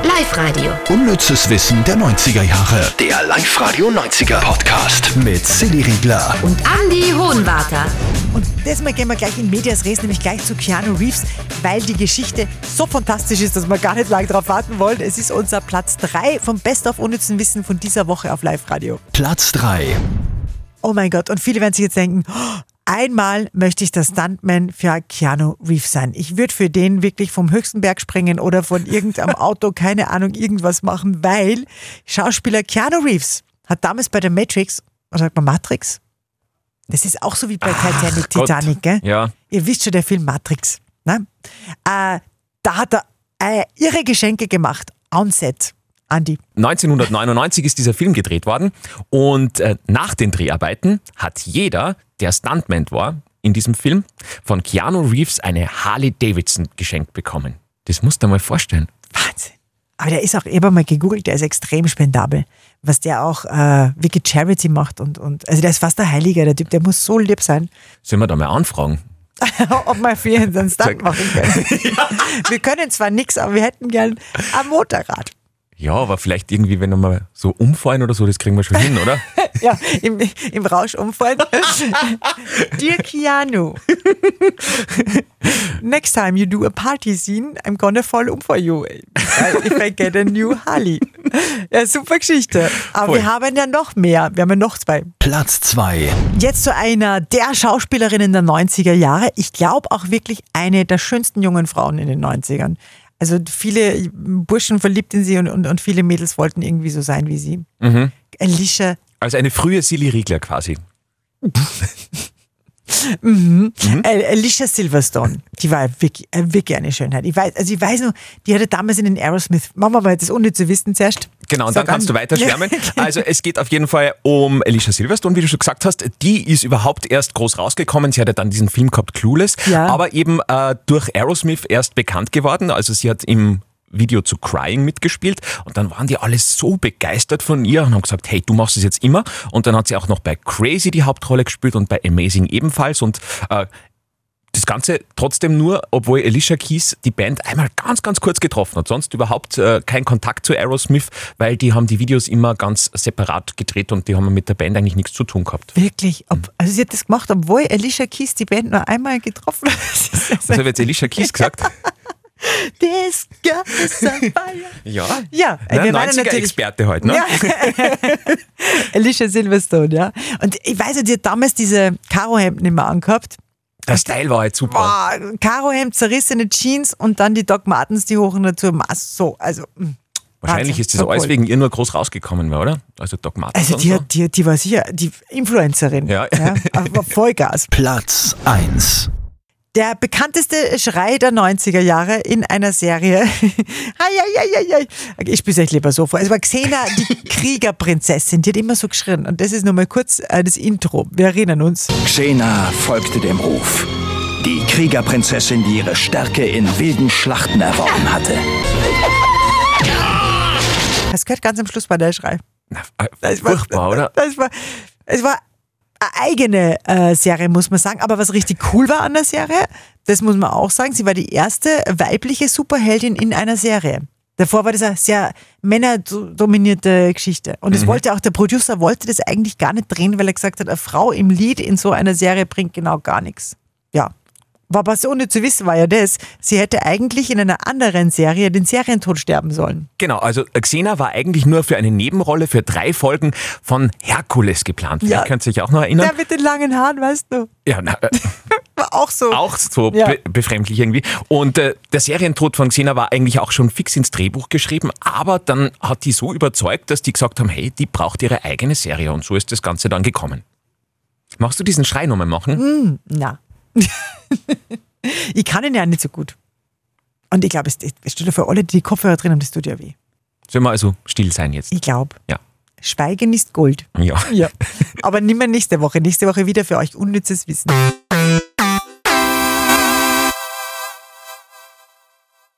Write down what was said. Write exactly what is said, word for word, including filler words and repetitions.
Live-Radio. Unnützes Wissen der neunziger Jahre. Der Live-Radio neunziger Podcast mit Silly Riegler Und Andi Hohenwarter. Und diesmal gehen wir gleich in Medias Res, nämlich gleich zu Keanu Reeves, weil die Geschichte so fantastisch ist, dass wir gar nicht lange drauf warten wollen. Es ist unser Platz drei vom Best of Unnützen Wissen von dieser Woche auf Live-Radio. Platz drei. Oh mein Gott, und viele werden sich jetzt denken, oh, einmal möchte ich der Stuntman für Keanu Reeves sein. Ich würde für den wirklich vom höchsten Berg springen oder von irgendeinem Auto, keine Ahnung, irgendwas machen, weil Schauspieler Keanu Reeves hat damals bei der Matrix, oder sagt man Matrix? Das ist auch so wie bei Ach Titanic, Gott. Titanic, gell? Ja. Ihr wisst schon, der Film Matrix. Ne? Äh, da hat er äh, irre Geschenke gemacht, on set. Andi. neunzehnhundertneunundneunzig ist dieser Film gedreht worden und äh, nach den Dreharbeiten hat jeder, der Stuntman war in diesem Film, von Keanu Reeves eine Harley Davidson geschenkt bekommen. Das musst du dir mal vorstellen. Wahnsinn. Aber der ist auch, ich habe mal gegoogelt, der ist extrem spendabel. Was der auch äh, wirklich Charity macht und, und also der ist fast der Heilige, der Typ, der muss so lieb sein. Sollen wir da mal anfragen? Ob wir für ihn einen Stunt machen können. Ja. Wir können zwar nichts, aber wir hätten gern ein Motorrad. Ja, aber vielleicht irgendwie, wenn wir mal so umfallen oder so, das kriegen wir schon hin, oder? Ja, im, im Rausch umfallen. Dear Keanu, next time you do a party scene, I'm gonna fall um for you if I get a new Harley. Ja, super Geschichte. Aber Voll. wir haben ja noch mehr. Wir haben ja noch zwei. Platz zwei. Jetzt zu einer der Schauspielerinnen der neunziger Jahre. Ich glaube auch wirklich eine der schönsten jungen Frauen in den neunzigern. Also viele Burschen verliebt in sie und, und, und viele Mädels wollten irgendwie so sein wie sie. Mhm. Alicia. Also eine frühe Silly Riegler quasi. Mhm. Mhm. Alicia Silverstone, die war wirklich, wirklich eine Schönheit. Ich weiß, also ich weiß noch, die hatte damals in den Aerosmith, machen wir mal das unnütze Wissen zuerst. Genau, und Sag dann kannst an. du weiter schwärmen. Also es geht auf jeden Fall um Alicia Silverstone, wie du schon gesagt hast. Die ist überhaupt erst groß rausgekommen. Sie hatte dann diesen Film gehabt, Clueless, Ja. aber eben äh, durch Aerosmith erst bekannt geworden. Also sie hat im Video zu Crying mitgespielt und dann waren die alle so begeistert von ihr und haben gesagt, hey, du machst es jetzt immer. Und dann hat sie auch noch bei Crazy die Hauptrolle gespielt und bei Amazing ebenfalls und äh, das Ganze trotzdem nur, obwohl Alicia Keys die Band einmal ganz, ganz kurz getroffen hat. Sonst überhaupt äh, kein Kontakt zu Aerosmith, weil die haben die Videos immer ganz separat gedreht und die haben mit der Band eigentlich nichts zu tun gehabt. Wirklich? Ob, also sie hat das gemacht, obwohl Alicia Keys die Band nur einmal getroffen hat. Was hat jetzt Alicia Keys gesagt? This girl is on fire. Ja, Ja, ne, wir waren natürlich neunziger-Experte heute, ne? Ja. Alicia Silverstone, ja. Und ich weiß ja, die hat damals diese Karohemden immer angehabt. Der Style war halt super. Boah, Karohemd, zerrissene Jeans und dann die Doc Martens, die hoch und dazu Maß. So, also. Mh. Wahrscheinlich Wahnsinn, ist das so alles cool. wegen ihr nur groß rausgekommen, war, oder? Also Doc Martens Also und die, so. hat, die, die war sicher die Influencerin. Ja. Ja, aber Vollgas. Platz eins. Der bekannteste Schrei der neunziger Jahre in einer Serie. Eieieiei. Ich spiele es euch lieber so vor. Es war Xena, die Kriegerprinzessin. Die hat immer so geschrien. Und das ist nur mal kurz äh, das Intro. Wir erinnern uns. Xena folgte dem Ruf. Die Kriegerprinzessin, die ihre Stärke in wilden Schlachten erworben hatte. Das gehört ganz am Schluss bei der Schrei. Na, äh, Das war, furchtbar, oder? Das war, es war eine eigene äh, Serie, muss man sagen. Aber was richtig cool war an der Serie, das muss man auch sagen, sie war die erste weibliche Superheldin in einer Serie. Davor war das eine sehr männerdominierte Geschichte. Und es Mhm. wollte auch, der Producer wollte das eigentlich gar nicht drehen, weil er gesagt hat, eine Frau im Lead in so einer Serie bringt genau gar nichts. Ja. Aber was ohne zu wissen war ja das, sie hätte eigentlich in einer anderen Serie den Serientod sterben sollen. Genau, also Xena war eigentlich nur für eine Nebenrolle für drei Folgen von Herkules geplant. Vielleicht Ja. könnt ihr euch auch noch erinnern. Der mit den langen Haaren, weißt du. Ja, na, äh, War auch so. auch so Ja. be befremdlich irgendwie. Und äh, der Serientod von Xena war eigentlich auch schon fix ins Drehbuch geschrieben, aber dann hat die so überzeugt, dass die gesagt haben, hey, die braucht ihre eigene Serie und so ist das Ganze dann gekommen. Magst du diesen Schrei nochmal machen? Na. Ich kann ihn ja nicht so gut. Und ich glaube, es es steht ja für alle, die die Kopfhörer drin haben, das tut ja weh. Sollen wir also still sein jetzt? Ich glaube. Ja. Schweigen ist Gold. Ja. Ja. Aber nicht mehr nächste Woche. Nächste Woche wieder für euch unnützes Wissen.